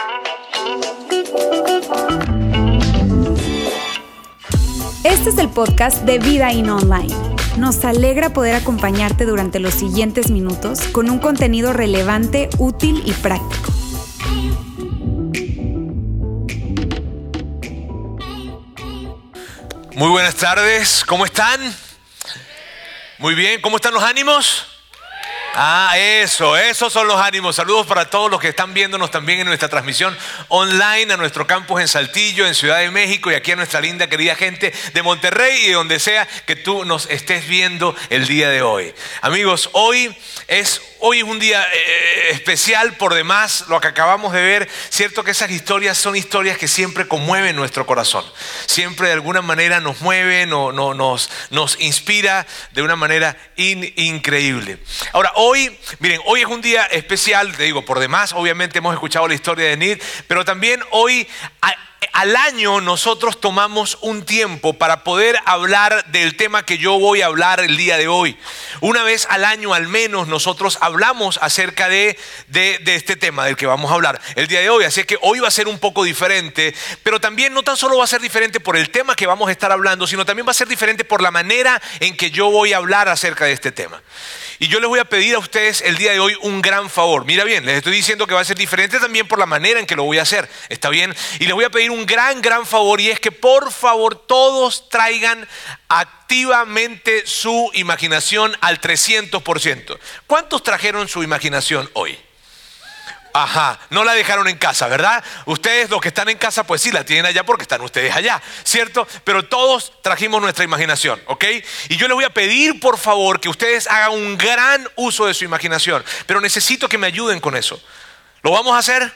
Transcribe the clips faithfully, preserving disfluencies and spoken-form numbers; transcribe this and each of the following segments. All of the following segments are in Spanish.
Este es el podcast de Vida In Online. Nos alegra poder acompañarte durante los siguientes minutos con un contenido relevante, útil y práctico. Muy buenas tardes, ¿cómo están? Muy bien, ¿cómo están los ánimos? Ah, eso, esos son los ánimos. Saludos para todos los que están viéndonos también en nuestra transmisión online, a nuestro campus en Saltillo, en Ciudad de México, y aquí a nuestra linda querida gente de Monterrey y de donde sea que tú nos estés viendo el día de hoy. Amigos, hoy es, hoy es un día eh, especial por demás, lo que acabamos de ver. Cierto que esas historias son historias que siempre conmueven nuestro corazón. Siempre de alguna manera nos mueven o no, nos, nos inspira de una manera in, increíble. Ahora, hoy Hoy, miren, hoy es un día especial, te digo, por demás, obviamente hemos escuchado la historia de Nid, pero también hoy a, al año nosotros tomamos un tiempo para poder hablar del tema que yo voy a hablar el día de hoy. Una vez al año al menos nosotros hablamos acerca de, de, de este tema del que vamos a hablar el día de hoy, así que hoy va a ser un poco diferente, pero también no tan solo va a ser diferente por el tema que vamos a estar hablando, sino también va a ser diferente por la manera en que yo voy a hablar acerca de este tema. Y yo les voy a pedir a ustedes el día de hoy un gran favor. Mira bien, les estoy diciendo que va a ser diferente también por la manera en que lo voy a hacer. ¿Está bien? Y les voy a pedir un gran, gran favor, y es que por favor todos traigan activamente su imaginación al trescientos por ciento. ¿Cuántos trajeron su imaginación hoy? Ajá, no la dejaron en casa, ¿verdad? Ustedes, los que están en casa, pues sí la tienen allá porque están ustedes allá, ¿cierto? Pero todos trajimos nuestra imaginación, ¿ok? Y yo les voy a pedir, por favor, que ustedes hagan un gran uso de su imaginación. Pero necesito que me ayuden con eso. ¿Lo vamos a hacer?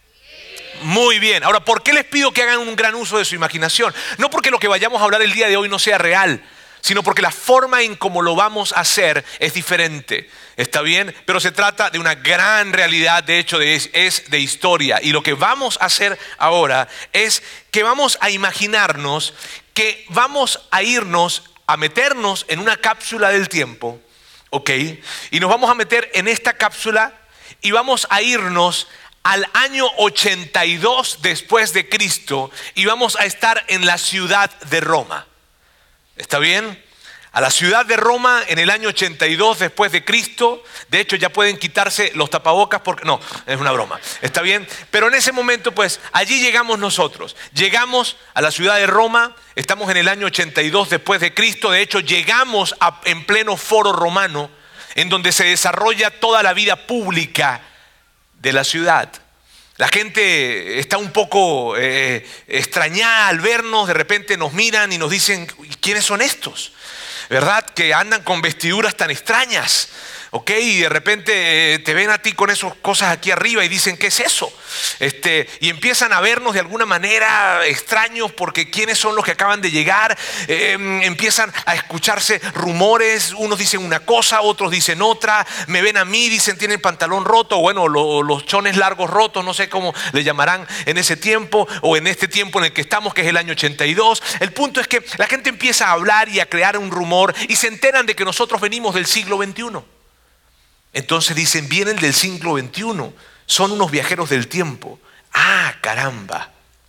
Muy bien. Ahora, ¿por qué les pido que hagan un gran uso de su imaginación? No porque lo que vayamos a hablar el día de hoy no sea real, sino porque la forma en cómo lo vamos a hacer es diferente. ¿Está bien? Pero se trata de una gran realidad, de hecho es, es de historia. Y lo que vamos a hacer ahora es que vamos a imaginarnos que vamos a irnos a meternos en una cápsula del tiempo, ¿ok? Y nos vamos a meter en esta cápsula y vamos a irnos al año ochenta y dos después de Cristo y vamos a estar en la ciudad de Roma. ¿Está bien? A la ciudad de Roma en el año ochenta y dos después de Cristo. De hecho ya pueden quitarse los tapabocas porque no, es una broma. ¿Está bien? Pero en ese momento pues allí llegamos nosotros. Llegamos a la ciudad de Roma, estamos en el año ochenta y dos después de Cristo. De hecho llegamos a, en pleno foro romano, en donde se desarrolla toda la vida pública de la ciudad. La gente está un poco eh, extrañada al vernos, de repente nos miran y nos dicen, ¿quiénes son estos? ¿Verdad? Que andan con vestiduras tan extrañas, ¿ok? Y de repente eh, te ven a ti con esas cosas aquí arriba y dicen, ¿qué es eso? Este, y empiezan a vernos de alguna manera extraños porque ¿quiénes son los que acaban de llegar? Eh, empiezan a escucharse rumores, unos dicen una cosa, otros dicen otra, me ven a mí, dicen tienen pantalón roto, bueno, lo, los chones largos rotos, no sé cómo le llamarán en ese tiempo o en este tiempo en el que estamos, que es el año ochenta y dos. El punto es que la gente empieza a hablar y a crear un rumor y se enteran de que nosotros venimos del siglo veintiuno. Entonces dicen, vienen del siglo veintiuno, son unos viajeros del tiempo. Ah, caramba.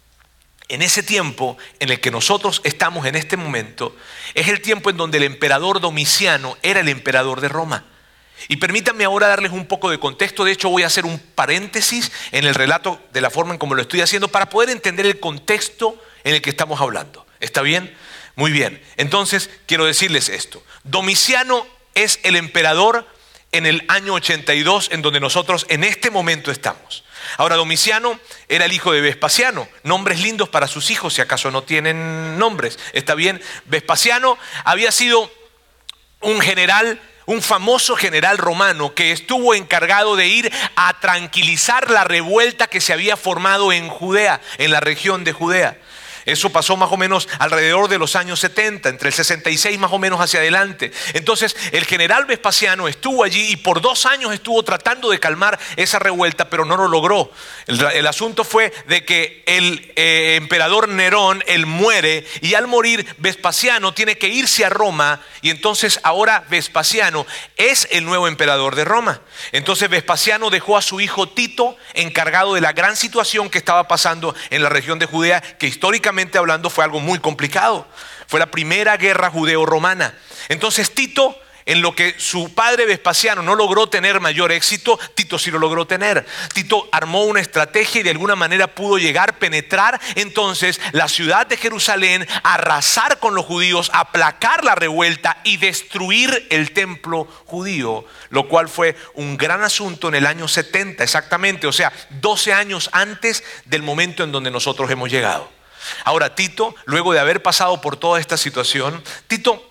En ese tiempo en el que nosotros estamos en este momento, es el tiempo en donde el emperador Domiciano era el emperador de Roma. Y permítanme ahora darles un poco de contexto. De hecho voy a hacer un paréntesis en el relato de la forma en como lo estoy haciendo para poder entender el contexto en el que estamos hablando. ¿Está bien? Muy bien. Entonces quiero decirles esto. Domiciano es el emperador en el año ochenta y dos, en donde nosotros en este momento estamos. Ahora, Domiciano era el hijo de Vespasiano. Nombres lindos para sus hijos, si acaso no tienen nombres. ¿Está bien? Vespasiano había sido un general, un famoso general romano que estuvo encargado de ir a tranquilizar la revuelta que se había formado en Judea, en la región de Judea. Eso pasó más o menos alrededor de los años setenta, entre el sesenta y seis más o menos hacia adelante. Entonces el general Vespasiano estuvo allí y por dos años estuvo tratando de calmar esa revuelta, pero no lo logró. El, el asunto fue de que el eh, emperador Nerón, él muere, y al morir Vespasiano tiene que irse a Roma, y entonces ahora Vespasiano es el nuevo emperador de Roma. Entonces Vespasiano dejó a su hijo Tito encargado de la gran situación que estaba pasando en la región de Judea, que históricamente hablando fue algo muy complicado. Fue la primera guerra judeo-romana. Entonces Tito, en lo que su padre Vespasiano no logró tener mayor éxito, Tito sí lo logró tener. Tito armó una estrategia y de alguna manera pudo llegar, penetrar entonces la ciudad de Jerusalén, arrasar con los judíos, aplacar la revuelta y destruir el templo judío, lo cual fue un gran asunto en el año setenta exactamente, o sea, doce años antes del momento en donde nosotros hemos llegado. Ahora Tito, luego de haber pasado por toda esta situación, Tito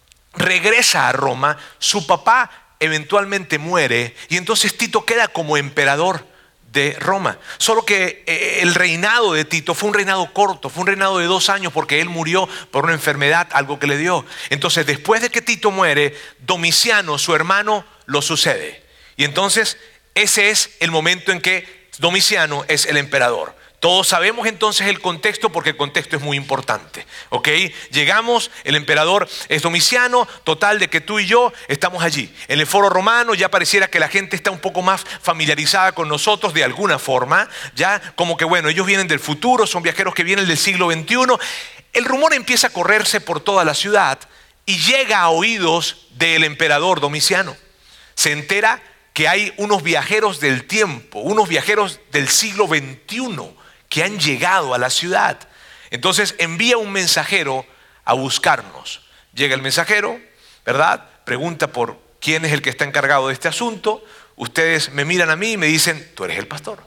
regresa a Roma, su papá eventualmente muere y entonces Tito queda como emperador de Roma. Solo que el reinado de Tito fue un reinado corto, fue un reinado de dos años porque él murió por una enfermedad, algo que le dio. Entonces después de que Tito muere, Domiciano, su hermano, lo sucede. Y entonces ese es el momento en que Domiciano es el emperador. Todos sabemos entonces el contexto porque el contexto es muy importante, ¿ok? Llegamos, el emperador es Domiciano, total de que tú y yo estamos allí. En el foro romano ya pareciera que la gente está un poco más familiarizada con nosotros de alguna forma, ya como que bueno, ellos vienen del futuro, son viajeros que vienen del siglo veintiuno. El rumor empieza a correrse por toda la ciudad y llega a oídos del emperador Domiciano. Se entera que hay unos viajeros del tiempo, unos viajeros del siglo veintiuno, que han llegado a la ciudad. Entonces envía un mensajero a buscarnos. Llega el mensajero, ¿verdad? Pregunta por quién es el que está encargado de este asunto. Ustedes me miran a mí y me dicen, tú eres el pastor.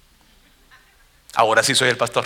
Ahora sí soy el pastor.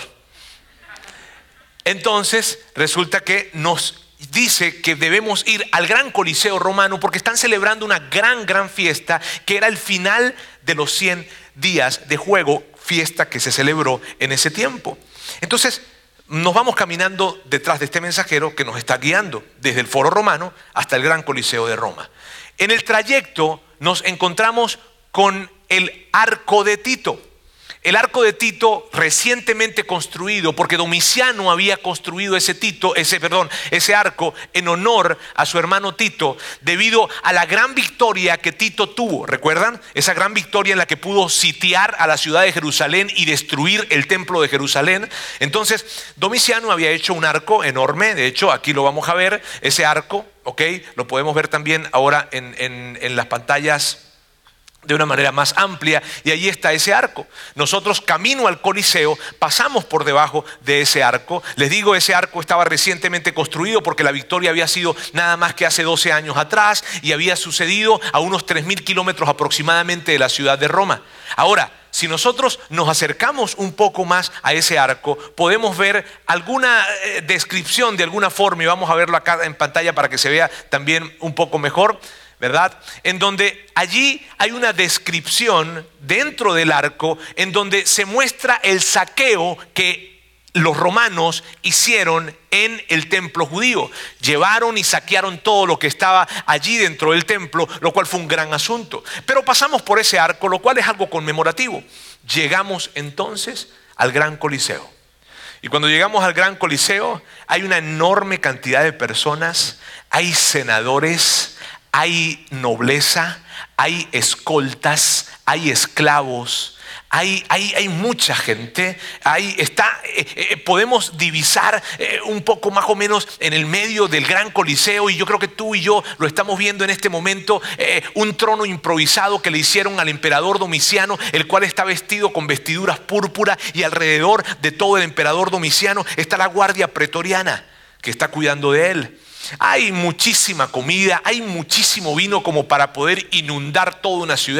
Entonces resulta que nos dice que debemos ir al gran Coliseo romano porque están celebrando una gran, gran fiesta que era el final de los cien días de juego, fiesta que se celebró en ese tiempo. Entonces nos vamos caminando detrás de este mensajero que nos está guiando desde el foro romano hasta el gran Coliseo de Roma. En el trayecto nos encontramos con el arco de Tito. El arco de Tito recientemente construido, porque Domiciano había construido ese, Tito, ese, perdón, ese arco en honor a su hermano Tito, debido a la gran victoria que Tito tuvo. ¿Recuerdan? Esa gran victoria en la que pudo sitiar a la ciudad de Jerusalén y destruir el templo de Jerusalén. Entonces, Domiciano había hecho un arco enorme. De hecho, aquí lo vamos a ver, ese arco, ¿ok? Lo podemos ver también ahora en, en, en las pantallas de una manera más amplia, y allí está ese arco. Nosotros camino al Coliseo pasamos por debajo de ese arco. Les digo, ese arco estaba recientemente construido porque la victoria había sido nada más que hace doce años atrás y había sucedido a unos tres mil kilómetros aproximadamente de la ciudad de Roma. Ahora, si nosotros nos acercamos un poco más a ese arco, podemos ver alguna eh, descripción de alguna forma, y vamos a verlo acá en pantalla para que se vea también un poco mejor, ¿verdad? En donde allí hay una descripción dentro del arco en donde se muestra el saqueo que los romanos hicieron en el templo judío. Llevaron y saquearon todo lo que estaba allí dentro del templo, lo cual fue un gran asunto. Pero pasamos por ese arco, lo cual es algo conmemorativo. Llegamos entonces al gran Coliseo. Y cuando llegamos al gran Coliseo hay una enorme cantidad de personas, hay senadores, hay nobleza, hay escoltas, hay esclavos, hay, hay, hay mucha gente. Hay, está, eh, eh, podemos divisar eh, un poco más o menos en el medio del gran Coliseo, y yo creo que tú y yo lo estamos viendo en este momento, eh, un trono improvisado que le hicieron al emperador Domiciano, el cual está vestido con vestiduras púrpura, y alrededor de todo el emperador Domiciano está la guardia pretoriana que está cuidando de él. Hay muchísima comida, hay muchísimo vino como para poder inundar toda una ciudad.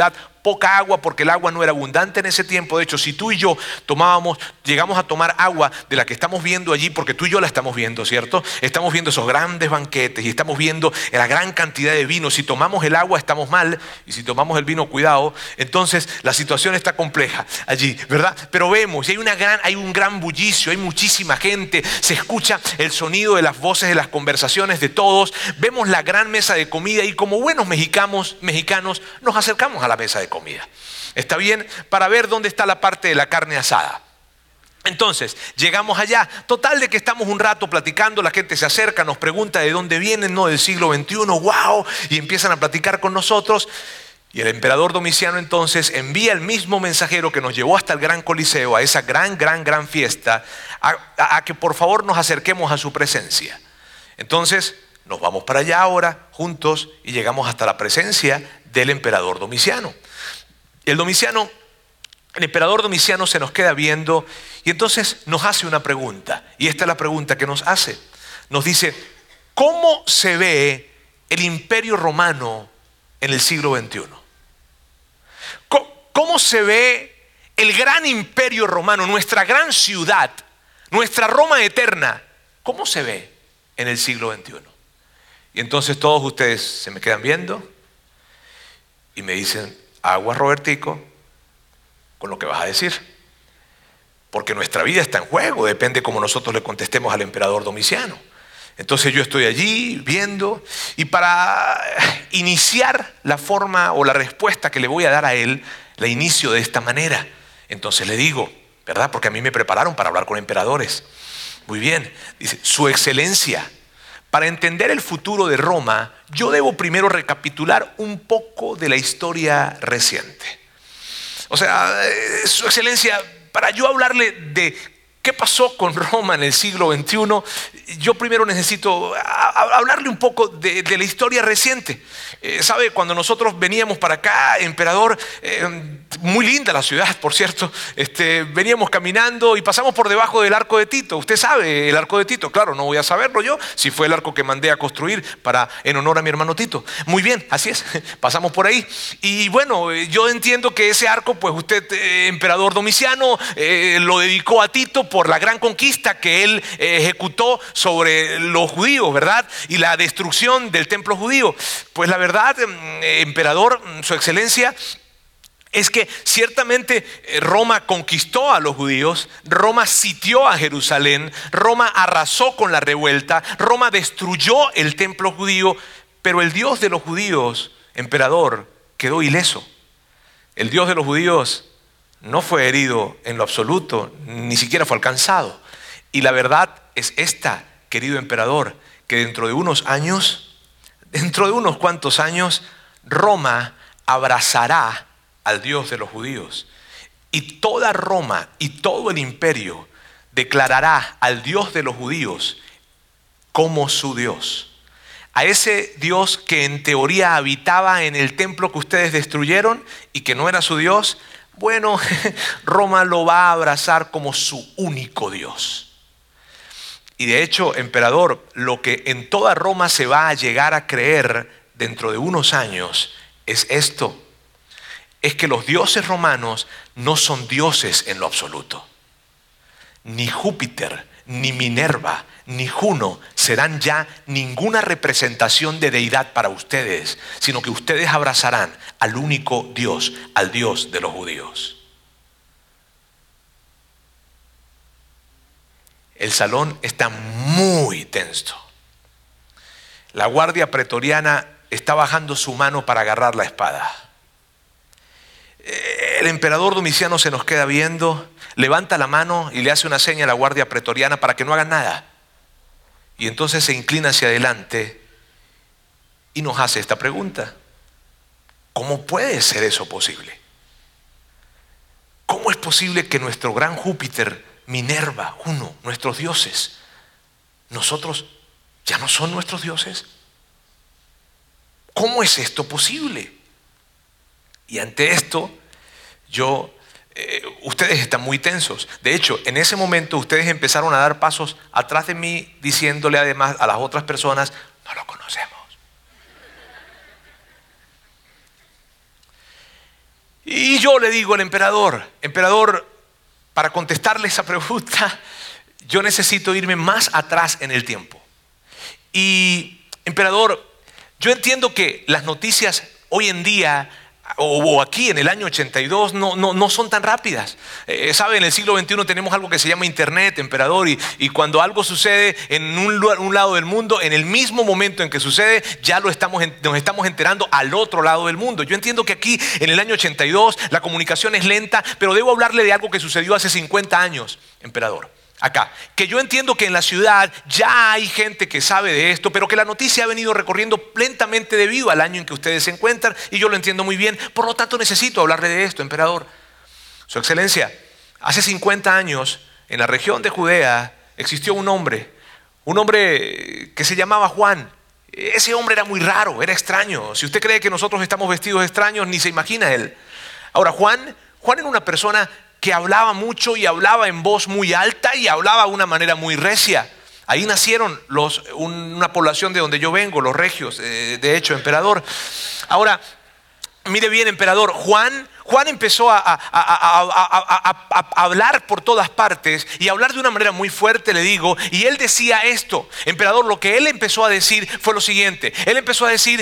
poca agua porque el agua no era abundante en ese tiempo. De hecho, si tú y yo tomábamos, llegamos a tomar agua de la que estamos viendo allí, porque tú y yo la estamos viendo, ¿cierto? Estamos viendo esos grandes banquetes y estamos viendo la gran cantidad de vino. Si tomamos el agua estamos mal, y si tomamos el vino, cuidado. Entonces la situación está compleja allí, ¿verdad? Pero vemos, y hay, una gran, hay un gran bullicio, hay muchísima gente, se escucha el sonido de las voces de las conversaciones de todos, vemos la gran mesa de comida y como buenos mexicanos, mexicanos nos acercamos a la mesa de comida. ¿Está bien? Para ver dónde está la parte de la carne asada. Entonces, llegamos allá, total de que estamos un rato platicando, la gente se acerca, nos pregunta de dónde vienen, no, del siglo veintiuno, wow, y empiezan a platicar con nosotros. Y el emperador Domiciano entonces envía el mismo mensajero que nos llevó hasta el gran Coliseo, a esa gran, gran, gran fiesta, a, a, a que por favor nos acerquemos a su presencia. Entonces, nos vamos para allá ahora, juntos, y llegamos hasta la presencia del emperador Domiciano. El Domiciano... El emperador Domiciano se nos queda viendo y entonces nos hace una pregunta. Y esta es la pregunta que nos hace. Nos dice, ¿cómo se ve el imperio romano en el siglo veintiuno? ¿Cómo se ve el gran imperio romano, nuestra gran ciudad, nuestra Roma eterna? ¿Cómo se ve en el siglo veintiuno? Y entonces todos ustedes se me quedan viendo y me dicen, aguas, Robertico, con lo que vas a decir, porque nuestra vida está en juego, depende cómo nosotros le contestemos al emperador Domiciano. Entonces yo estoy allí viendo y para iniciar la forma o la respuesta que le voy a dar a él, la inicio de esta manera. Entonces le digo, ¿verdad? Porque a mí me prepararon para hablar con emperadores. Muy bien, dice, Su Excelencia, para entender el futuro de Roma, yo debo primero recapitular un poco de la historia reciente. O sea, Su Excelencia, para yo hablarle de qué pasó con Roma en el siglo veintiuno, yo primero necesito hablarle un poco de, de la historia reciente. Eh, ¿Sabe? Cuando nosotros veníamos para acá, emperador, eh, muy linda la ciudad, por cierto, este, veníamos caminando y pasamos por debajo del arco de Tito. Usted sabe el arco de Tito, claro, no voy a saberlo yo, si fue el arco que mandé a construir para, en honor a mi hermano Tito. Muy bien, así es, pasamos por ahí. Y bueno, yo entiendo que ese arco, pues usted, eh, emperador Domiciano, eh, lo dedicó a Tito por la gran conquista que él eh, ejecutó sobre los judíos, ¿verdad? Y la destrucción del templo judío. Pues la verdad, eh, emperador, Su Excelencia, es que ciertamente Roma conquistó a los judíos, Roma sitió a Jerusalén, Roma arrasó con la revuelta, Roma destruyó el templo judío, pero el Dios de los judíos, emperador, quedó ileso. El Dios de los judíos no fue herido en lo absoluto, ni siquiera fue alcanzado. Y la verdad es esta, querido emperador, que dentro de unos años, dentro de unos cuantos años, Roma abrazará al Dios de los judíos. Y toda Roma y todo el imperio declarará al Dios de los judíos como su Dios. A ese Dios que en teoría habitaba en el templo que ustedes destruyeron y que no era su Dios, bueno, Roma lo va a abrazar como su único Dios. Y de hecho, emperador, lo que en toda Roma se va a llegar a creer dentro de unos años es esto. Es que los dioses romanos no son dioses en lo absoluto. Ni Júpiter, ni Minerva, ni Juno serán ya ninguna representación de deidad para ustedes, sino que ustedes abrazarán al único Dios, al Dios de los judíos. El salón está muy tenso. La guardia pretoriana está bajando su mano para agarrar la espada. El emperador Domiciano se nos queda viendo, levanta la mano y le hace una seña a la guardia pretoriana para que no hagan nada. Y entonces se inclina hacia adelante y nos hace esta pregunta. ¿Cómo puede ser eso posible? ¿Cómo es posible que nuestro gran Júpiter, Minerva, Juno, nuestros dioses, nosotros ya no son nuestros dioses? ¿Cómo es esto posible? Y ante esto, yo, eh, ustedes están muy tensos. De hecho, en ese momento ustedes empezaron a dar pasos atrás de mí, diciéndole además a las otras personas, no lo conocemos. Y yo le digo al emperador, emperador, para contestarle esa pregunta, yo necesito irme más atrás en el tiempo. Y emperador, yo entiendo que las noticias hoy en día o, o aquí en el año ochenta y dos no, no, no son tan rápidas. Eh, ¿Sabe? En el siglo veintiuno tenemos algo que se llama internet, emperador, y, y cuando algo sucede en un, lugar, un lado del mundo, en el mismo momento en que sucede, ya lo estamos, nos estamos enterando al otro lado del mundo. Yo entiendo que aquí en el año ochenta y dos la comunicación es lenta, pero debo hablarle de algo que sucedió hace cincuenta años, emperador. Acá, que yo entiendo que en la ciudad ya hay gente que sabe de esto, pero que la noticia ha venido recorriendo lentamente debido al año en que ustedes se encuentran, y yo lo entiendo muy bien, por lo tanto necesito hablarle de esto, emperador. Su excelencia, hace cincuenta años en la región de Judea existió un hombre, un hombre que se llamaba Juan. Ese hombre era muy raro, era extraño. Si usted cree que nosotros estamos vestidos extraños, ni se imagina él. Ahora, Juan, Juan era una persona que hablaba mucho y hablaba en voz muy alta y hablaba de una manera muy recia. Ahí nacieron los, una población de donde yo vengo, los regios, eh, de hecho, emperador. Ahora, mire bien, emperador, Juan, Juan empezó a, a, a, a, a, a, a hablar por todas partes y a hablar de una manera muy fuerte, le digo, y él decía esto, emperador, lo que él empezó a decir fue lo siguiente. Él empezó a decir,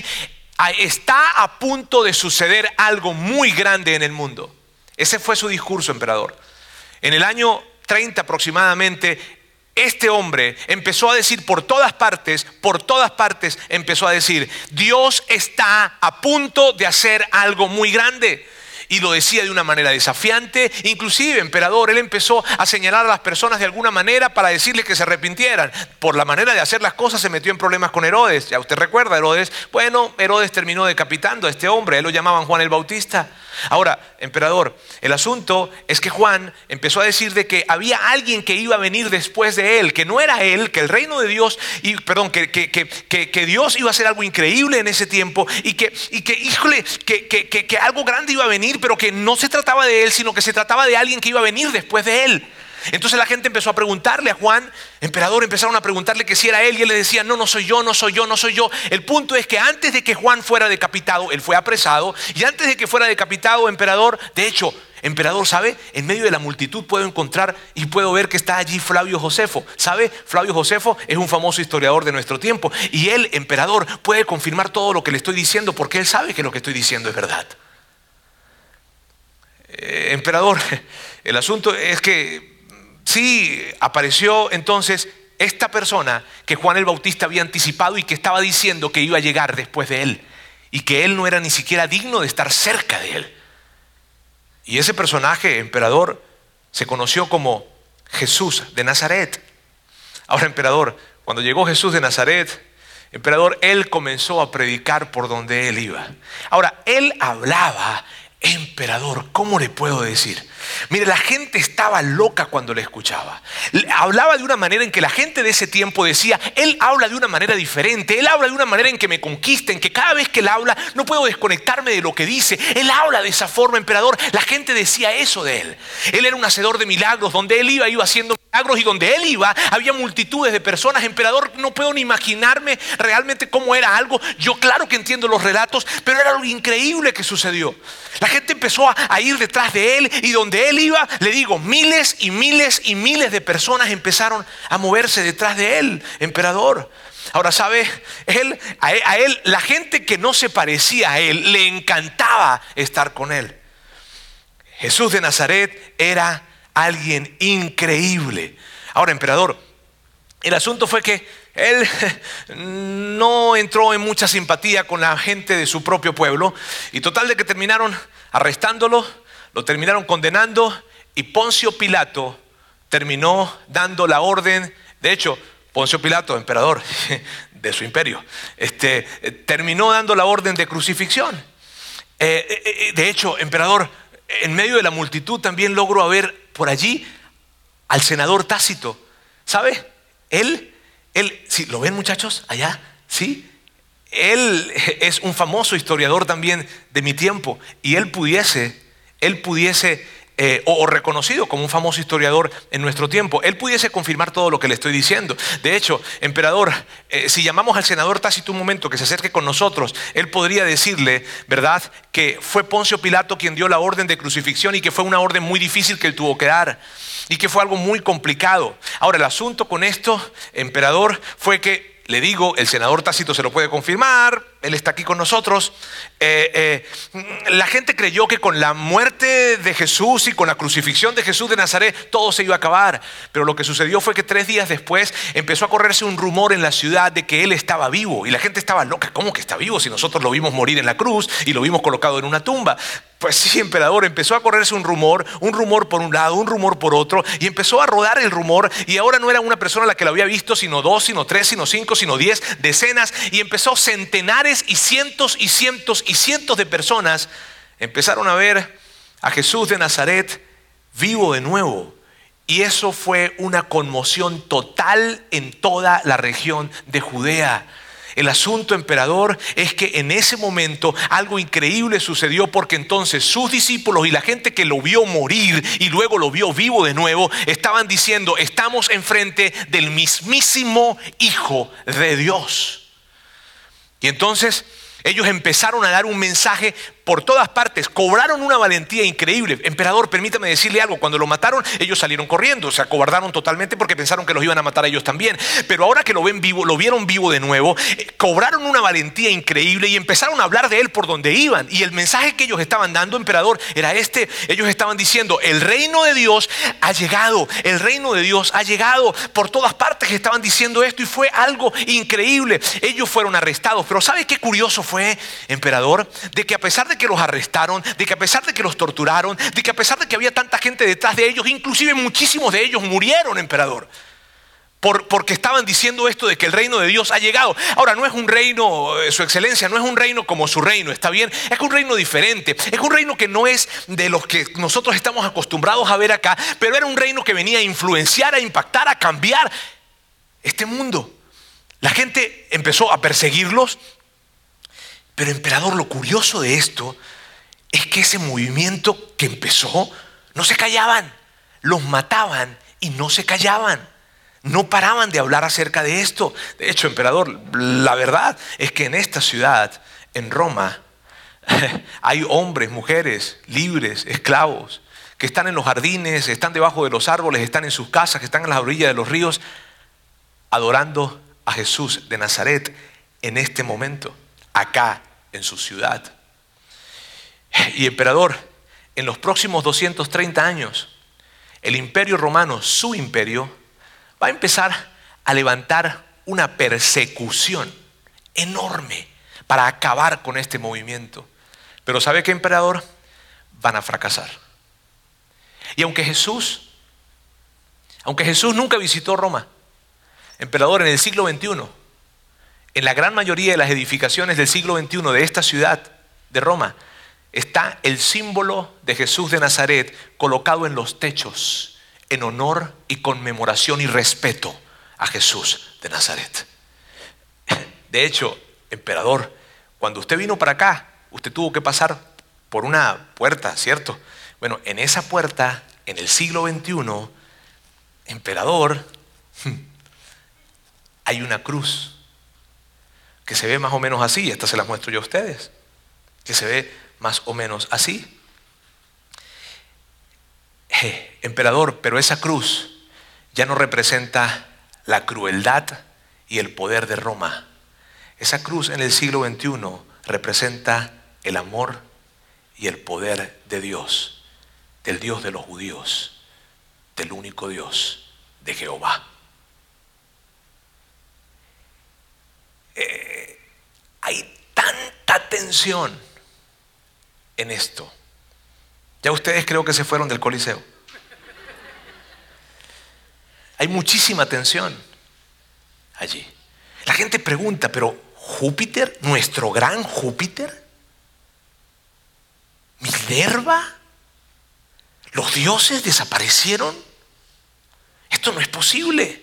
está a punto de suceder algo muy grande en el mundo. Ese fue su discurso, emperador. En el año treinta aproximadamente, este hombre empezó a decir por todas partes, por todas partes empezó a decir, Dios está a punto de hacer algo muy grande. Y lo decía de una manera desafiante. Inclusive, emperador, él empezó a señalar a las personas de alguna manera para decirles que se arrepintieran. Por la manera de hacer las cosas se metió en problemas con Herodes. Ya usted recuerda, Herodes. Bueno, Herodes terminó decapitando a este hombre. Él lo llamaban Juan el Bautista. Ahora, emperador, el asunto es que Juan empezó a decir de que había alguien que iba a venir después de él, que no era él, que el reino de Dios, y, perdón, que, que, que, que, que Dios iba a hacer algo increíble en ese tiempo y que, y que híjole, que, que, que, que algo grande iba a venir, pero que no se trataba de él, sino que se trataba de alguien que iba a venir después de él. Entonces la gente empezó a preguntarle a Juan, emperador, empezaron a preguntarle que si era él, y él le decía, no, no soy yo, no soy yo, no soy yo. El punto es que antes de que Juan fuera decapitado, él fue apresado, y antes de que fuera decapitado, emperador, de hecho, emperador, ¿sabe? En medio de la multitud puedo encontrar y puedo ver que está allí Flavio Josefo. ¿Sabe? Flavio Josefo es un famoso historiador de nuestro tiempo, y él, emperador, puede confirmar todo lo que le estoy diciendo, porque él sabe que lo que estoy diciendo es verdad. Eh, emperador, el asunto es que sí, apareció entonces esta persona que Juan el Bautista había anticipado y que estaba diciendo que iba a llegar después de él y que él no era ni siquiera digno de estar cerca de él. Y ese personaje, emperador, se conoció como Jesús de Nazaret. Ahora, emperador, cuando llegó Jesús de Nazaret, emperador, él comenzó a predicar por donde él iba. Ahora, él hablaba, emperador, ¿cómo le puedo decir? Mire, la gente estaba loca cuando le escuchaba. Hablaba de una manera en que la gente de ese tiempo decía, él habla de una manera diferente, él habla de una manera en que me conquista, en que cada vez que él habla no puedo desconectarme de lo que dice. Él habla de esa forma, emperador. La gente decía eso de él. Él era un hacedor de milagros. Donde él iba, iba haciendo milagros, y donde él iba había multitudes de personas. Emperador, no puedo ni imaginarme realmente cómo era algo. Yo claro que entiendo los relatos, pero era algo increíble que sucedió. La gente empezó a, a ir detrás de él, y donde él iba, le digo, miles y miles y miles de personas empezaron a moverse detrás de él, emperador. Ahora, ¿sabe? Él, a él, a él, la gente que no se parecía a él, le encantaba estar con él. Jesús de Nazaret era alguien increíble. Ahora, emperador, el asunto fue que él no entró en mucha simpatía con la gente de su propio pueblo, y total de que terminaron arrestándolo, lo terminaron condenando, y Poncio Pilato terminó dando la orden. De hecho, Poncio Pilato, emperador de su imperio, este, terminó dando la orden de crucifixión. Eh, eh, de hecho, emperador, en medio de la multitud también logró ver por allí al senador Tácito. ¿Sabe? Él, él, sí, ¿lo ven, muchachos? Allá, ¿sí? Él es un famoso historiador también de mi tiempo, y él pudiese, él pudiese eh, o, o reconocido como un famoso historiador en nuestro tiempo, él pudiese confirmar todo lo que le estoy diciendo. De hecho, emperador, eh, si llamamos al senador Tácito un momento que se acerque con nosotros, él podría decirle, ¿verdad?, que fue Poncio Pilato quien dio la orden de crucifixión y que fue una orden muy difícil que él tuvo que dar y que fue algo muy complicado. Ahora, el asunto con esto, emperador, fue que, le digo, el senador Tácito se lo puede confirmar, él está aquí con nosotros, eh, eh, la gente creyó que con la muerte de Jesús y con la crucifixión de Jesús de Nazaret todo se iba a acabar, pero lo que sucedió fue que tres días después empezó a correrse un rumor en la ciudad de que él estaba vivo y la gente estaba loca. ¿Cómo que está vivo si nosotros lo vimos morir en la cruz y lo vimos colocado en una tumba? Pues sí, emperador, empezó a correrse un rumor, un rumor por un lado, un rumor por otro, y empezó a rodar el rumor, y ahora no era una persona la que lo había visto, sino dos, sino tres, sino cinco, sino diez, decenas, y empezó centenares y cientos y cientos y cientos de personas empezaron a ver a Jesús de Nazaret vivo de nuevo. Y eso fue una conmoción total en toda la región de Judea. El asunto, emperador, es que en ese momento algo increíble sucedió, porque entonces sus discípulos y la gente que lo vio morir y luego lo vio vivo de nuevo estaban diciendo: estamos enfrente del mismísimo Hijo de Dios. Y entonces ellos empezaron a dar un mensaje por todas partes, cobraron una valentía increíble. Emperador, permítame decirle algo: cuando lo mataron, ellos salieron corriendo, se acobardaron totalmente porque pensaron que los iban a matar a ellos también. Pero ahora que lo ven vivo, lo vieron vivo de nuevo, eh, cobraron una valentía increíble y empezaron a hablar de él por donde iban. Y el mensaje que ellos estaban dando, emperador, era este. Ellos estaban diciendo: el reino de Dios ha llegado, el reino de Dios ha llegado. Por todas partes estaban diciendo esto y fue algo increíble. Ellos fueron arrestados, pero ¿sabe qué curioso fue, emperador? De que a pesar de que los arrestaron, de que a pesar de que los torturaron, de que a pesar de que había tanta gente detrás de ellos, inclusive muchísimos de ellos murieron, emperador, por, porque estaban diciendo esto de que el reino de Dios ha llegado. Ahora, no es un reino, su excelencia, no es un reino como su reino, ¿está bien? Es un reino diferente, es un reino que no es de los que nosotros estamos acostumbrados a ver acá, pero era un reino que venía a influenciar, a impactar, a cambiar este mundo. La gente empezó a perseguirlos. Pero, emperador, lo curioso de esto es que ese movimiento que empezó, no se callaban, los mataban y no se callaban, no paraban de hablar acerca de esto. De hecho, emperador, la verdad es que en esta ciudad, en Roma, hay hombres, mujeres, libres, esclavos, que están en los jardines, están debajo de los árboles, están en sus casas, que están en las orillas de los ríos, adorando a Jesús de Nazaret en este momento, acá en su ciudad. Y, emperador, en los próximos doscientos treinta años, el imperio romano, su imperio, va a empezar a levantar una persecución enorme para acabar con este movimiento. Pero ¿sabe qué, emperador? Van a fracasar. Y aunque Jesús, aunque Jesús nunca visitó Roma, emperador, en el siglo veintiuno, en la gran mayoría de las edificaciones del siglo veintiuno de esta ciudad de Roma, está el símbolo de Jesús de Nazaret colocado en los techos en honor y conmemoración y respeto a Jesús de Nazaret. De hecho, emperador, cuando usted vino para acá, usted tuvo que pasar por una puerta, ¿cierto? Bueno, en esa puerta, en el siglo veintiuno, emperador, hay una cruz que se ve más o menos así. Esta se las muestro yo a ustedes, que se ve más o menos así. Eh, emperador, pero esa cruz ya no representa la crueldad y el poder de Roma. Esa cruz en el siglo veintiuno representa el amor y el poder de Dios, del Dios de los judíos, del único Dios, de Jehová. Eh, hay tanta tensión en esto. Ya ustedes creo que se fueron del Coliseo. Hay muchísima tensión allí. La gente pregunta: ¿pero Júpiter, nuestro gran Júpiter? ¿Minerva? ¿Los dioses desaparecieron? Esto no es posible.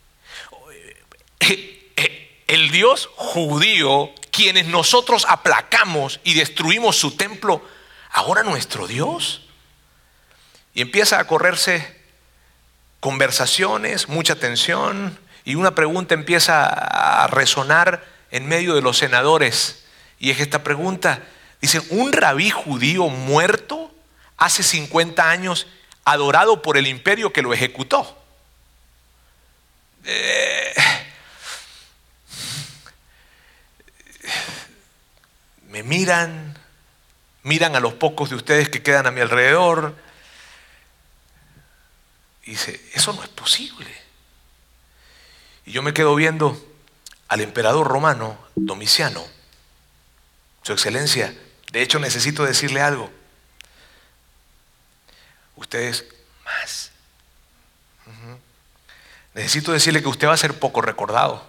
El Dios judío, quienes nosotros aplacamos y destruimos su templo, ¿ahora nuestro Dios? Y empieza a correrse conversaciones, mucha tensión, y una pregunta empieza a resonar en medio de los senadores. Y es esta pregunta, dicen, ¿un rabí judío muerto hace cincuenta años, adorado por el imperio que lo ejecutó? Eh, me miran, miran a los pocos de ustedes que quedan a mi alrededor. Y dice, eso no es posible. Y yo me quedo viendo al emperador romano, Domiciano. Su excelencia, de hecho necesito decirle algo. Ustedes más. Uh-huh. Necesito decirle que usted va a ser poco recordado.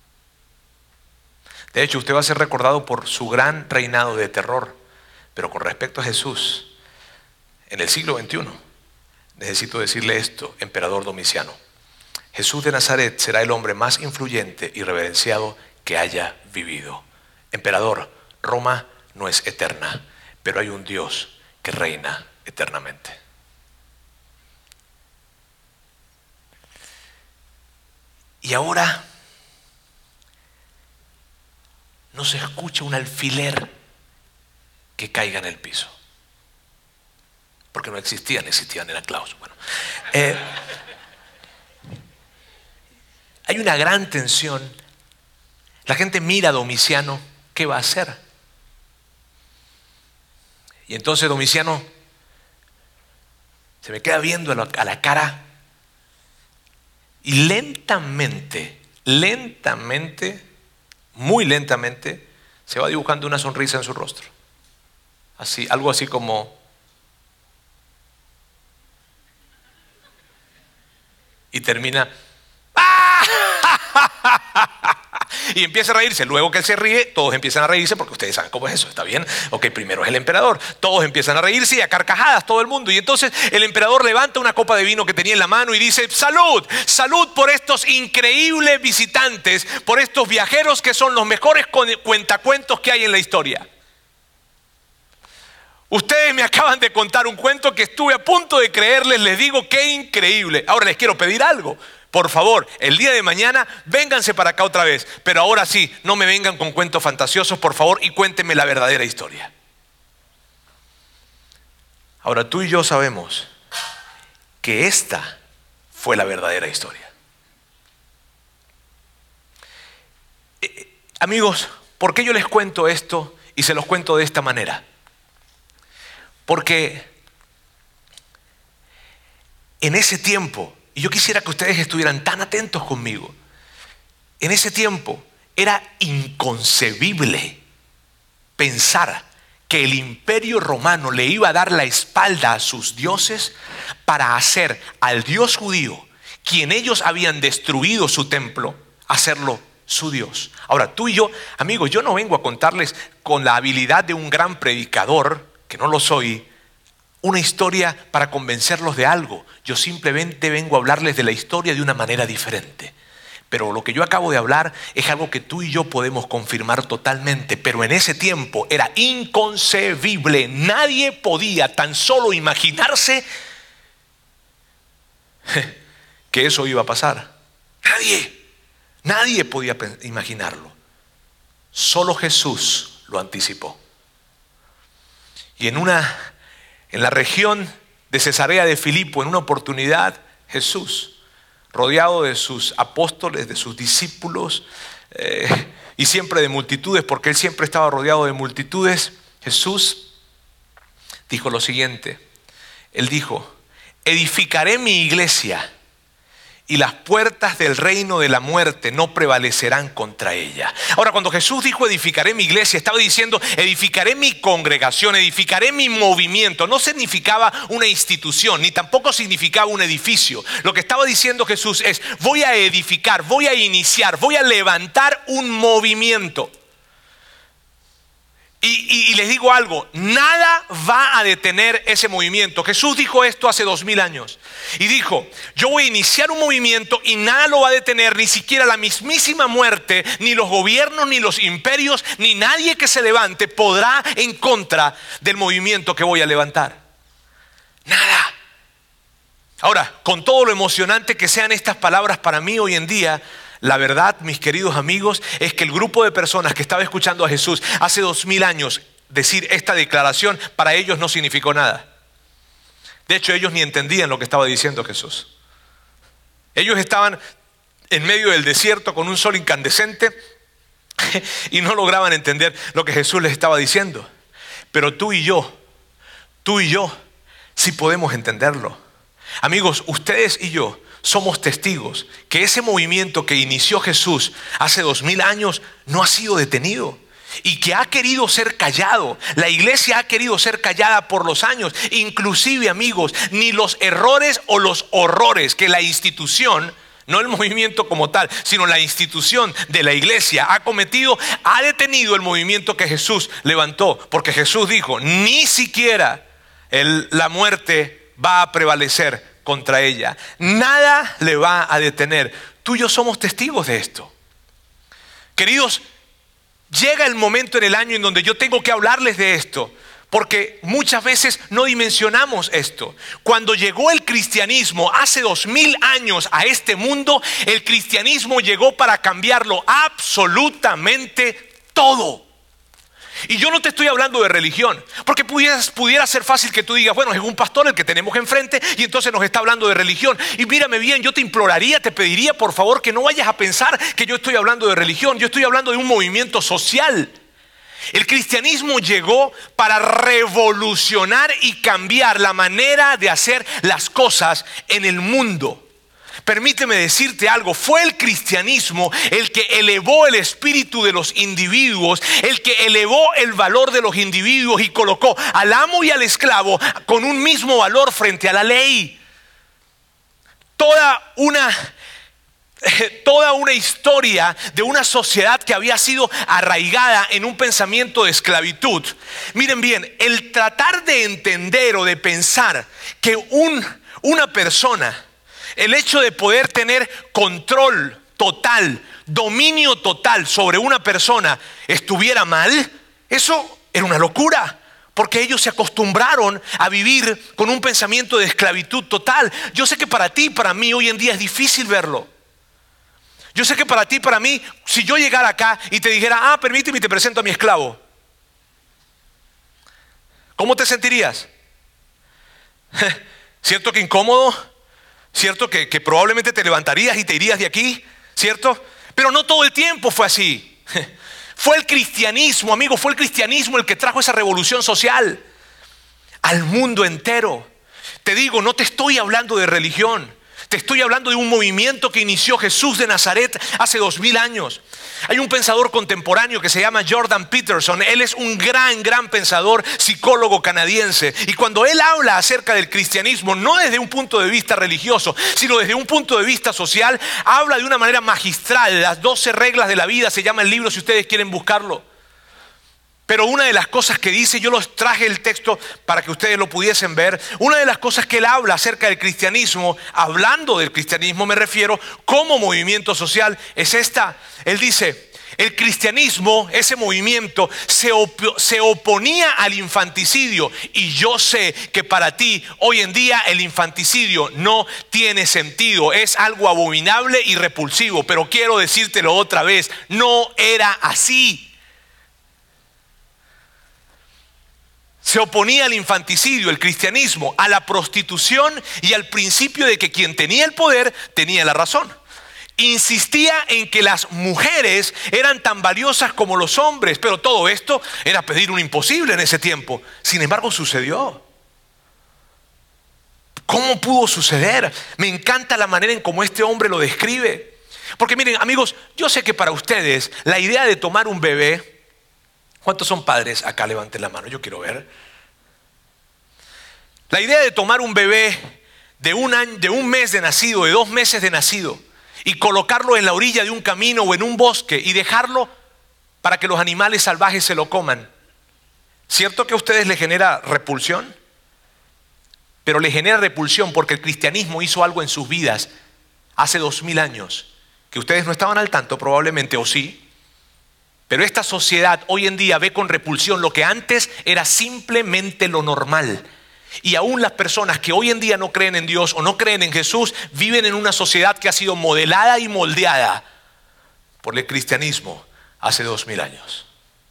De hecho, usted va a ser recordado por su gran reinado de terror. Pero con respecto a Jesús, en el siglo veintiuno, necesito decirle esto, emperador Domiciano. Jesús de Nazaret será el hombre más influyente y reverenciado que haya vivido. Emperador, Roma no es eterna, pero hay un Dios que reina eternamente. Y ahora no se escucha un alfiler que caiga en el piso. Porque no existían, existían, eran clavos. Bueno, eh, hay una gran tensión. La gente mira a Domiciano, ¿qué va a hacer? Y entonces Domiciano se me queda viendo a la, a la cara y lentamente, lentamente, muy lentamente, se va dibujando una sonrisa en su rostro. Así, algo así como... Y termina... Y empieza a reírse. Luego que él se ríe, todos empiezan a reírse porque ustedes saben cómo es eso, ¿está bien? Ok, primero es el emperador. Todos empiezan a reírse y a carcajadas todo el mundo. Y entonces el emperador levanta una copa de vino que tenía en la mano y dice, salud, salud por estos increíbles visitantes, por estos viajeros que son los mejores cuentacuentos que hay en la historia. Ustedes me acaban de contar un cuento que estuve a punto de creerles, les digo qué increíble. Ahora les quiero pedir algo. Por favor, el día de mañana vénganse para acá otra vez. Pero ahora sí, no me vengan con cuentos fantasiosos, por favor, y cuéntenme la verdadera historia. Ahora tú y yo sabemos que esta fue la verdadera historia. Eh, amigos, ¿por qué yo les cuento esto y se los cuento de esta manera? Porque en ese tiempo, y yo quisiera que ustedes estuvieran tan atentos conmigo, en ese tiempo era inconcebible pensar que el imperio romano le iba a dar la espalda a sus dioses para hacer al Dios judío, quien ellos habían destruido su templo, hacerlo su Dios. Ahora tú y yo, amigos, yo no vengo a contarles con la habilidad de un gran predicador, que no lo soy, una historia para convencerlos de algo. Yo simplemente vengo a hablarles de la historia de una manera diferente. Pero lo que yo acabo de hablar es algo que tú y yo podemos confirmar totalmente. Pero en ese tiempo era inconcebible. Nadie podía tan solo imaginarse que eso iba a pasar. Nadie. Nadie podía imaginarlo. Solo Jesús lo anticipó. Y en una... En la región de Cesarea de Filipo, en una oportunidad, Jesús, rodeado de sus apóstoles, de sus discípulos, eh, y siempre de multitudes, porque él siempre estaba rodeado de multitudes, Jesús dijo lo siguiente. Él dijo, edificaré mi iglesia y las puertas del reino de la muerte no prevalecerán contra ella. Ahora, cuando Jesús dijo edificaré mi iglesia, estaba diciendo edificaré mi congregación, edificaré mi movimiento. No significaba una institución, ni tampoco significaba un edificio. Lo que estaba diciendo Jesús es voy a edificar, voy a iniciar, voy a levantar un movimiento. Y, y, y les digo algo, nada va a detener ese movimiento. Jesús dijo esto hace dos mil años. Y dijo, yo voy a iniciar un movimiento y nada lo va a detener, ni siquiera la mismísima muerte, ni los gobiernos, ni los imperios, ni nadie que se levante podrá en contra del movimiento que voy a levantar. Nada. Ahora, con todo lo emocionante que sean estas palabras para mí hoy en día, la verdad, mis queridos amigos, es que el grupo de personas que estaba escuchando a Jesús hace dos mil años decir esta declaración, para ellos no significó nada. De hecho, ellos ni entendían lo que estaba diciendo Jesús. Ellos estaban en medio del desierto con un sol incandescente y no lograban entender lo que Jesús les estaba diciendo. Pero tú y yo, tú y yo, sí podemos entenderlo. Amigos, ustedes y yo somos testigos que ese movimiento que inició Jesús hace dos mil años no ha sido detenido y que ha querido ser callado. La iglesia ha querido ser callada por los años. Inclusive, amigos, ni los errores o los horrores que la institución, no el movimiento como tal, sino la institución de la iglesia ha cometido, ha detenido el movimiento que Jesús levantó. Porque Jesús dijo, ni siquiera el, la muerte va a prevalecer contra ella. Nada le va a detener. Tú y yo somos testigos de esto. Queridos, llega el momento en el año en donde yo tengo que hablarles de esto, porque muchas veces no dimensionamos esto. Cuando llegó el cristianismo hace dos mil años a este mundo, el cristianismo llegó para cambiarlo absolutamente todo. Y yo no te estoy hablando de religión, porque pudieras, pudiera ser fácil que tú digas, bueno, es un pastor el que tenemos enfrente y entonces nos está hablando de religión. Y mírame bien, yo te imploraría, te pediría por favor que no vayas a pensar que yo estoy hablando de religión. Yo estoy hablando de un movimiento social. El cristianismo llegó para revolucionar y cambiar la manera de hacer las cosas en el mundo. Permíteme decirte algo, fue el cristianismo el que elevó el espíritu de los individuos, el que elevó el valor de los individuos y colocó al amo y al esclavo con un mismo valor frente a la ley. Toda una, toda una historia de una sociedad que había sido arraigada en un pensamiento de esclavitud. Miren bien, el tratar de entender o de pensar que un, una persona, el hecho de poder tener control total, dominio total sobre una persona estuviera mal, eso era una locura, porque ellos se acostumbraron a vivir con un pensamiento de esclavitud total. Yo sé que para ti y para mí hoy en día es difícil verlo. Yo sé que para ti y para mí, si yo llegara acá y te dijera, ah, permíteme y te presento a mi esclavo, ¿cómo te sentirías? ¿Cierto que incómodo? ¿Cierto? Que, que probablemente te levantarías y te irías de aquí, ¿cierto? Pero no todo el tiempo fue así. Fue el cristianismo, amigo, fue el cristianismo el que trajo esa revolución social al mundo entero. Te digo, no te estoy hablando de religión. Te estoy hablando de un movimiento que inició Jesús de Nazaret hace dos mil años. Hay un pensador contemporáneo que se llama Jordan Peterson. Él es un gran, gran pensador, psicólogo canadiense. Y cuando él habla acerca del cristianismo, no desde un punto de vista religioso, sino desde un punto de vista social, habla de una manera magistral. Las doce reglas de la vida se llama el libro, si ustedes quieren buscarlo. Pero una de las cosas que dice, yo los traje el texto para que ustedes lo pudiesen ver. Una de las cosas que él habla acerca del cristianismo, hablando del cristianismo me refiero, como movimiento social, es esta. Él dice, el cristianismo, ese movimiento, se, op- se oponía al infanticidio. Y yo sé que para ti hoy en día el infanticidio no tiene sentido. Es algo abominable y repulsivo. Pero quiero decírtelo otra vez, no era así. Se oponía al infanticidio, el cristianismo, a la prostitución y al principio de que quien tenía el poder tenía la razón. Insistía en que las mujeres eran tan valiosas como los hombres, pero todo esto era pedir un imposible en ese tiempo. Sin embargo, sucedió. ¿Cómo pudo suceder? Me encanta la manera en cómo este hombre lo describe. Porque miren, amigos, yo sé que para ustedes la idea de tomar un bebé, ¿cuántos son padres? Acá levanten la mano, yo quiero ver. La idea de tomar un bebé de un año, de un mes de nacido, de dos meses de nacido, y colocarlo en la orilla de un camino o en un bosque y dejarlo para que los animales salvajes se lo coman. ¿Cierto que a ustedes les genera repulsión? Pero les genera repulsión porque el cristianismo hizo algo en sus vidas hace dos mil años, que ustedes no estaban al tanto probablemente, o sí. Pero esta sociedad hoy en día ve con repulsión lo que antes era simplemente lo normal. Y aún las personas que hoy en día no creen en Dios o no creen en Jesús viven en una sociedad que ha sido modelada y moldeada por el cristianismo hace dos mil años.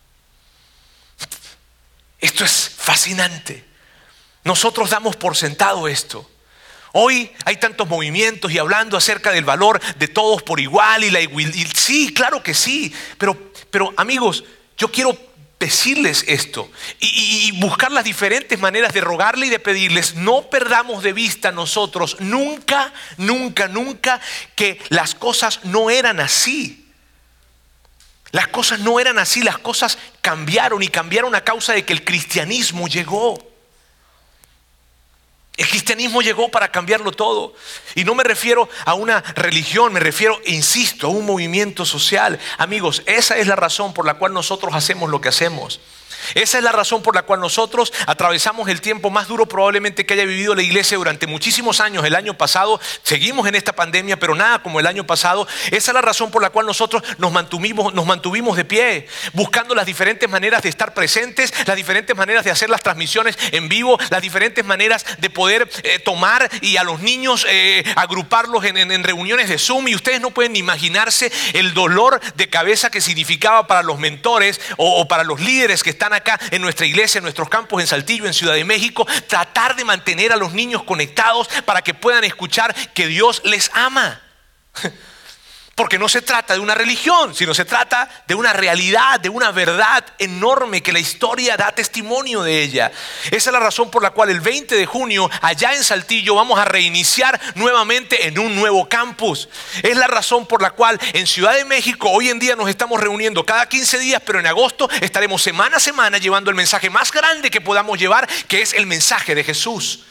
Esto es fascinante. Nosotros damos por sentado esto. Hoy hay tantos movimientos y hablando acerca del valor de todos por igual y la igualdad. Sí, claro que sí. Pero, pero amigos, yo quiero decirles esto y, y, y buscar las diferentes maneras de rogarle y de pedirles. No perdamos de vista nosotros nunca, nunca, nunca que las cosas no eran así. Las cosas no eran así, las cosas cambiaron y cambiaron a causa de que el cristianismo llegó. El cristianismo llegó para cambiarlo todo. Y no me refiero a una religión, me refiero, insisto, a un movimiento social. Amigos, esa es la razón por la cual nosotros hacemos lo que hacemos. Esa es la razón por la cual nosotros atravesamos el tiempo más duro probablemente que haya vivido la iglesia durante muchísimos años. El año pasado, seguimos en esta pandemia, pero nada como el año pasado. Esa es la razón por la cual nosotros nos mantuvimos, nos mantuvimos de pie, buscando las diferentes maneras de estar presentes, las diferentes maneras de hacer las transmisiones en vivo, las diferentes maneras de poder eh, tomar y a los niños eh, agruparlos en, en, en reuniones de Zoom. Y ustedes no pueden imaginarse el dolor de cabeza que significaba para los mentores o, o para los líderes que están acá en nuestra iglesia, en nuestros campos en Saltillo, en Ciudad de México, tratar de mantener a los niños conectados para que puedan escuchar que Dios les ama. Porque no se trata de una religión, sino se trata de una realidad, de una verdad enorme que la historia da testimonio de ella. Esa es la razón por la cual el veinte de junio, allá en Saltillo, vamos a reiniciar nuevamente en un nuevo campus. Es la razón por la cual en Ciudad de México hoy en día nos estamos reuniendo cada quince días, pero en agosto estaremos semana a semana llevando el mensaje más grande que podamos llevar, que es el mensaje de Jesús.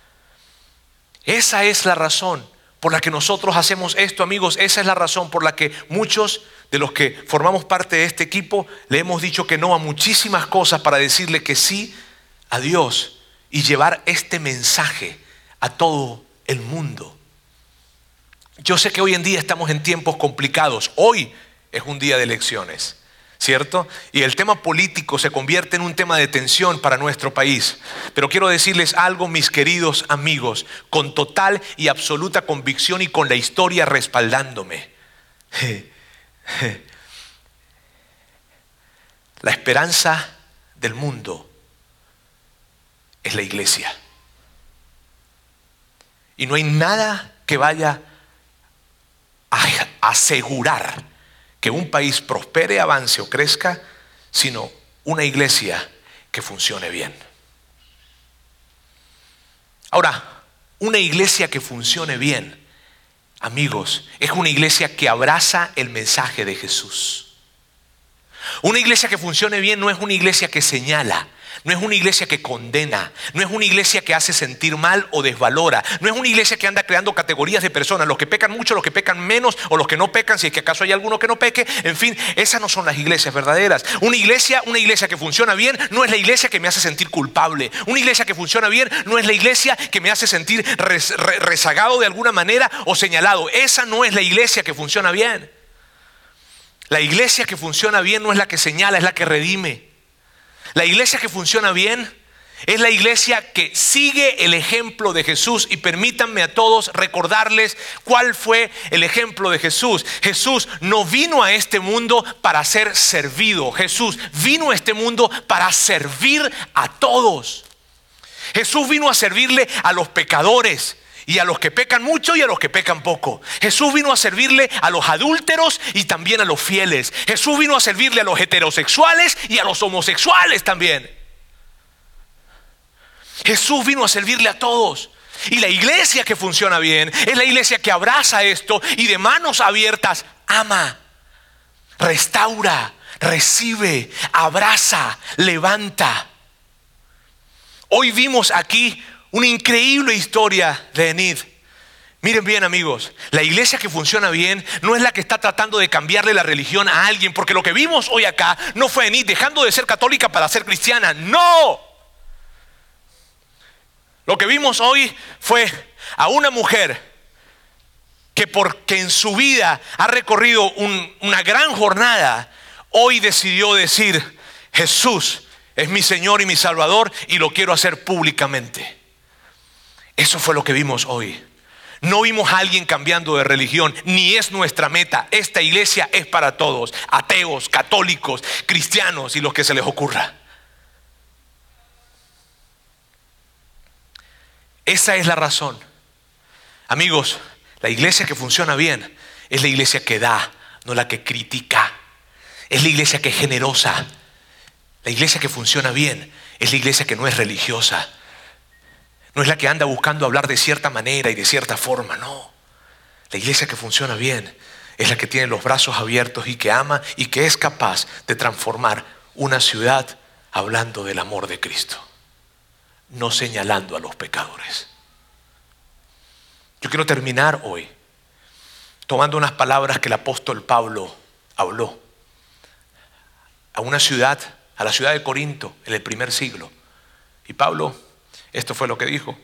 Esa es la razón por la que nosotros hacemos esto, amigos. Esa es la razón por la que muchos de los que formamos parte de este equipo le hemos dicho que no a muchísimas cosas para decirle que sí a Dios y llevar este mensaje a todo el mundo. Yo sé que hoy en día estamos en tiempos complicados. Hoy es un día de elecciones, ¿cierto? Y el tema político se convierte en un tema de tensión para nuestro país. Pero quiero decirles algo, mis queridos amigos, con total y absoluta convicción y con la historia respaldándome. La esperanza del mundo es la iglesia. Y no hay nada que vaya a asegurar que un país prospere, avance o crezca, sino una iglesia que funcione bien. Ahora, una iglesia que funcione bien, amigos, es una iglesia que abraza el mensaje de Jesús. Una iglesia que funcione bien no es una iglesia que señala, no es una iglesia que condena, no es una iglesia que hace sentir mal o desvalora, no es una iglesia que anda creando categorías de personas, los que pecan mucho, los que pecan menos o los que no pecan, si es que acaso hay alguno que no peque. En fin, esas no son las iglesias verdaderas. Una iglesia, una iglesia que funciona bien no es la iglesia que me hace sentir culpable. Una iglesia que funciona bien no es la iglesia que me hace sentir res, re, rezagado de alguna manera o señalado. Esa no es la iglesia que funciona bien. La iglesia que funciona bien no es la que señala, es la que redime. La iglesia que funciona bien es la iglesia que sigue el ejemplo de Jesús. Y permítanme a todos recordarles cuál fue el ejemplo de Jesús. Jesús no vino a este mundo para ser servido. Jesús vino a este mundo para servir a todos. Jesús vino a servirle a los pecadores y a los que pecan mucho y a los que pecan poco. Jesús vino a servirle a los adúlteros y también a los fieles. Jesús vino a servirle a los heterosexuales y a los homosexuales también. Jesús vino a servirle a todos. Y la iglesia que funciona bien es la iglesia que abraza esto y de manos abiertas ama, restaura, recibe, abraza, levanta. Hoy vimos aquí una increíble historia de Enid. Miren bien, amigos, la iglesia que funciona bien no es la que está tratando de cambiarle la religión a alguien, porque lo que vimos hoy acá no fue Enid dejando de ser católica para ser cristiana. ¡No! Lo que vimos hoy fue a una mujer que, porque en su vida ha recorrido un, una gran jornada, hoy decidió decir: Jesús es mi Señor y mi Salvador y lo quiero hacer públicamente. Eso fue lo que vimos hoy. No vimos a alguien cambiando de religión, ni es nuestra meta. Esta iglesia es para todos, ateos, católicos, cristianos y los que se les ocurra. Esa es la razón. Amigos, la iglesia que funciona bien es la iglesia que da, no la que critica. Es la iglesia que es generosa. La iglesia que funciona bien es la iglesia que no es religiosa. No es la que anda buscando hablar de cierta manera y de cierta forma, no. La iglesia que funciona bien es la que tiene los brazos abiertos y que ama y que es capaz de transformar una ciudad hablando del amor de Cristo, no señalando a los pecadores. Yo quiero terminar hoy tomando unas palabras que el apóstol Pablo habló a una ciudad, a la ciudad de Corinto en el primer siglo. Y Pablo, esto fue lo que dijo: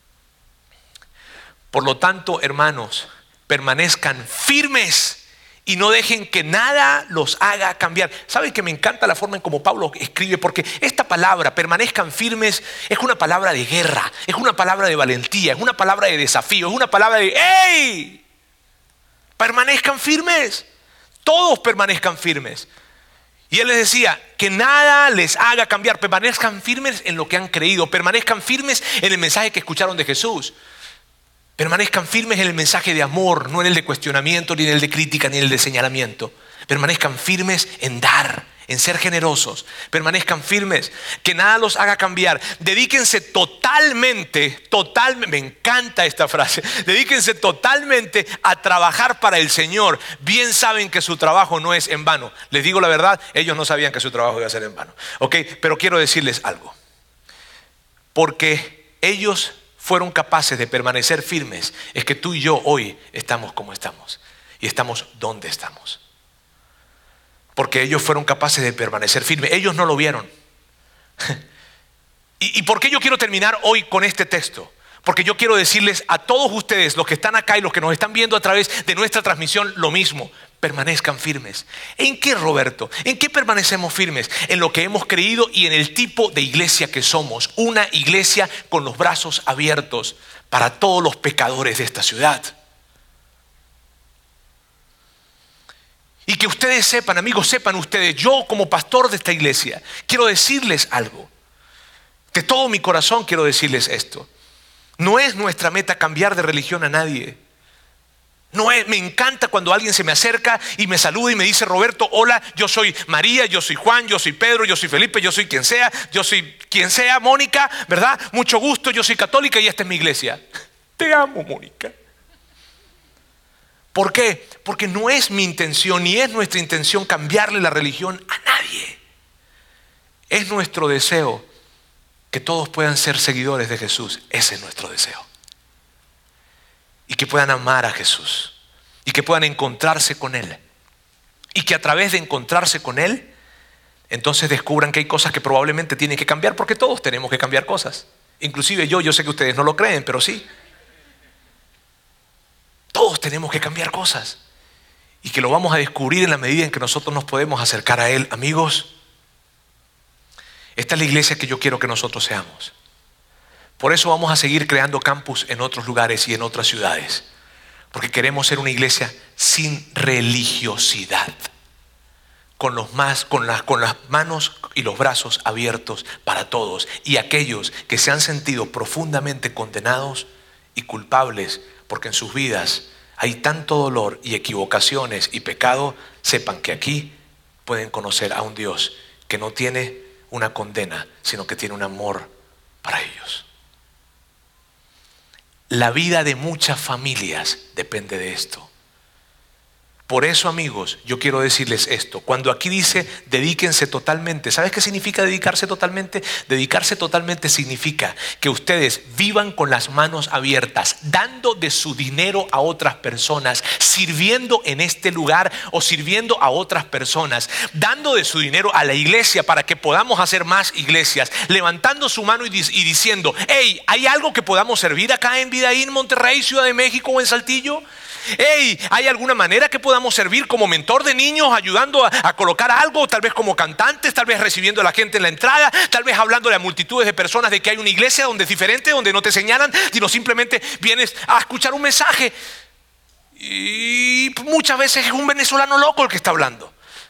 por lo tanto, hermanos, permanezcan firmes y no dejen que nada los haga cambiar. ¿Saben que me encanta la forma en cómo Pablo escribe? Porque esta palabra, permanezcan firmes, es una palabra de guerra, es una palabra de valentía, es una palabra de desafío, es una palabra de ¡hey! Permanezcan firmes, todos permanezcan firmes. Y él les decía que nada les haga cambiar, permanezcan firmes en lo que han creído, permanezcan firmes en el mensaje que escucharon de Jesús. Permanezcan firmes en el mensaje de amor, no en el de cuestionamiento, ni en el de crítica, ni en el de señalamiento. Permanezcan firmes en dar, en ser generosos. Permanezcan firmes, que nada los haga cambiar. Dedíquense totalmente, totalmente, me encanta esta frase, dedíquense totalmente a trabajar para el Señor. Bien saben que su trabajo no es en vano. Les digo la verdad, ellos no sabían que su trabajo iba a ser en vano. ¿Ok? Pero quiero decirles algo. Porque ellos fueron capaces de permanecer firmes, es que tú y yo hoy estamos como estamos y estamos donde estamos. Porque ellos fueron capaces de permanecer firmes. Ellos no lo vieron. ¿Y, y por qué yo quiero terminar hoy con este texto? Porque yo quiero decirles a todos ustedes, los que están acá y los que nos están viendo a través de nuestra transmisión, lo mismo. Permanezcan firmes. ¿En qué, Roberto? ¿En qué permanecemos firmes? En lo que hemos creído y en el tipo de iglesia que somos. Una iglesia con los brazos abiertos para todos los pecadores de esta ciudad. Y que ustedes sepan, amigos, sepan ustedes, yo como pastor de esta iglesia, quiero decirles algo. De todo mi corazón quiero decirles esto. No es nuestra meta cambiar de religión a nadie. No es, me encanta cuando alguien se me acerca y me saluda y me dice: Roberto, hola, yo soy María, yo soy Juan, yo soy Pedro, yo soy Felipe, yo soy quien sea, yo soy quien sea, Mónica, ¿verdad? Mucho gusto, yo soy católica y esta es mi iglesia. Te amo, Mónica. ¿Por qué? Porque no es mi intención ni es nuestra intención cambiarle la religión a nadie. Es nuestro deseo que todos puedan ser seguidores de Jesús. Ese es nuestro deseo. Y que puedan amar a Jesús. Y que puedan encontrarse con Él. Y que a través de encontrarse con Él, entonces descubran que hay cosas que probablemente tienen que cambiar, porque todos tenemos que cambiar cosas. Inclusive yo, yo sé que ustedes no lo creen, pero sí. Todos tenemos que cambiar cosas. Y que lo vamos a descubrir en la medida en que nosotros nos podemos acercar a Él. Amigos, esta es la iglesia que yo quiero que nosotros seamos. Por eso vamos a seguir creando campus en otros lugares y en otras ciudades. Porque queremos ser una iglesia sin religiosidad. Con, los más, con, las, con las manos y los brazos abiertos para todos. Y aquellos que se han sentido profundamente condenados y culpables porque en sus vidas hay tanto dolor y equivocaciones y pecado, sepan que aquí pueden conocer a un Dios que no tiene una condena, sino que tiene un amor para ellos. La vida de muchas familias depende de esto. Por eso, amigos, yo quiero decirles esto. Cuando aquí dice dedíquense totalmente, ¿sabes qué significa dedicarse totalmente? Dedicarse totalmente significa que ustedes vivan con las manos abiertas, dando de su dinero a otras personas, sirviendo en este lugar o sirviendo a otras personas, dando de su dinero a la iglesia para que podamos hacer más iglesias, levantando su mano y, y diciendo: hey, ¿hay algo que podamos servir acá en Vidaín, Monterrey, Ciudad de México o en Saltillo? Hey, ¿hay alguna manera que podamos servir como mentor de niños, ayudando a, a colocar algo? Tal vez como cantantes, tal vez recibiendo a la gente en la entrada, tal vez hablándole a multitudes de personas de que hay una iglesia donde es diferente, donde no te señalan, sino simplemente vienes a escuchar un mensaje. Y muchas veces es un venezolano loco el que está hablando.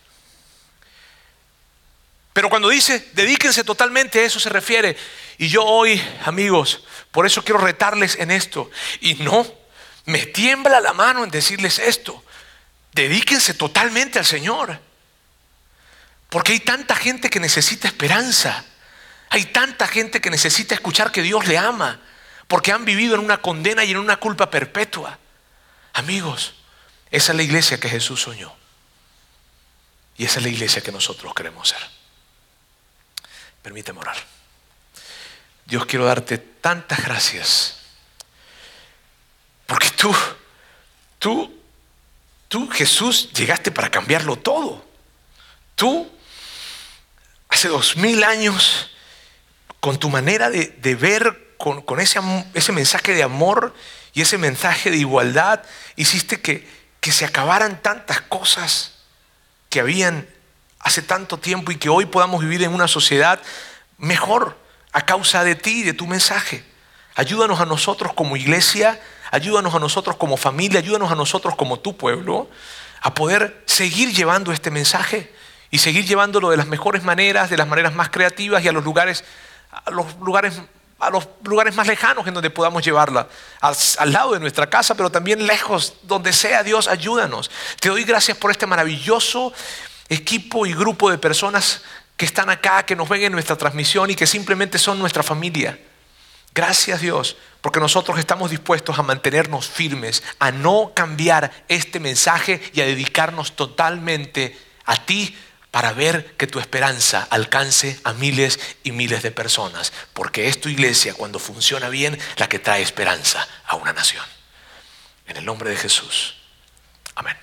Pero cuando dice dedíquense totalmente, a eso se refiere. Y yo hoy, amigos, por eso quiero retarles en esto. Y no, me tiembla la mano en decirles esto. Dedíquense totalmente al Señor. Porque hay tanta gente que necesita esperanza. Hay tanta gente que necesita escuchar que Dios le ama. Porque han vivido en una condena y en una culpa perpetua. Amigos, esa es la iglesia que Jesús soñó. Y esa es la iglesia que nosotros queremos ser. Permíteme orar. Dios, quiero darte tantas gracias. Porque tú, tú, tú, Jesús, llegaste para cambiarlo todo. Tú, hace dos mil años, con tu manera de, de ver, con, con ese, ese mensaje de amor y ese mensaje de igualdad, hiciste que, que se acabaran tantas cosas que habían hace tanto tiempo y que hoy podamos vivir en una sociedad mejor a causa de ti y de tu mensaje. Ayúdanos a nosotros como iglesia, ayúdanos a nosotros como familia, ayúdanos a nosotros como tu pueblo a poder seguir llevando este mensaje y seguir llevándolo de las mejores maneras, de las maneras más creativas y a los lugares, a los lugares, a los lugares más lejanos en donde podamos llevarla, al, al lado de nuestra casa, pero también lejos, donde sea. Dios, ayúdanos. Te doy gracias por este maravilloso equipo y grupo de personas que están acá, que nos ven en nuestra transmisión y que simplemente son nuestra familia. Gracias, Dios, porque nosotros estamos dispuestos a mantenernos firmes, a no cambiar este mensaje y a dedicarnos totalmente a ti para ver que tu esperanza alcance a miles y miles de personas, porque es tu iglesia, cuando funciona bien, la que trae esperanza a una nación. En el nombre de Jesús. Amén.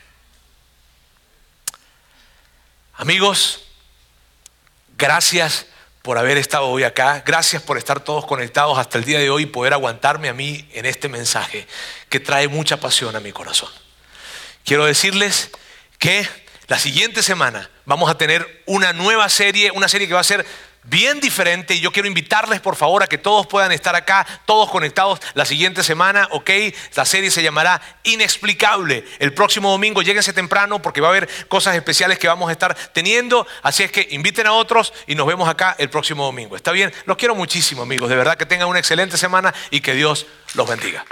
Amigos, gracias por haber estado hoy acá. Gracias por estar todos conectados hasta el día de hoy y poder aguantarme a mí en este mensaje que trae mucha pasión a mi corazón. Quiero decirles que la siguiente semana vamos a tener una nueva serie, una serie que va a ser bien diferente, y yo quiero invitarles por favor a que todos puedan estar acá, todos conectados la siguiente semana, ¿ok? La serie se llamará Inexplicable. El próximo domingo lléguense temprano porque va a haber cosas especiales que vamos a estar teniendo, así es que inviten a otros y nos vemos acá el próximo domingo. ¿Está bien? Los quiero muchísimo, amigos, de verdad que tengan una excelente semana y que Dios los bendiga.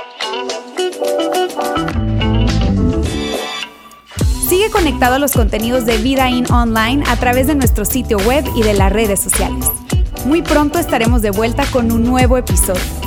Sigue conectado a los contenidos de Vida In Online a través de nuestro sitio web y de las redes sociales. Muy pronto estaremos de vuelta con un nuevo episodio.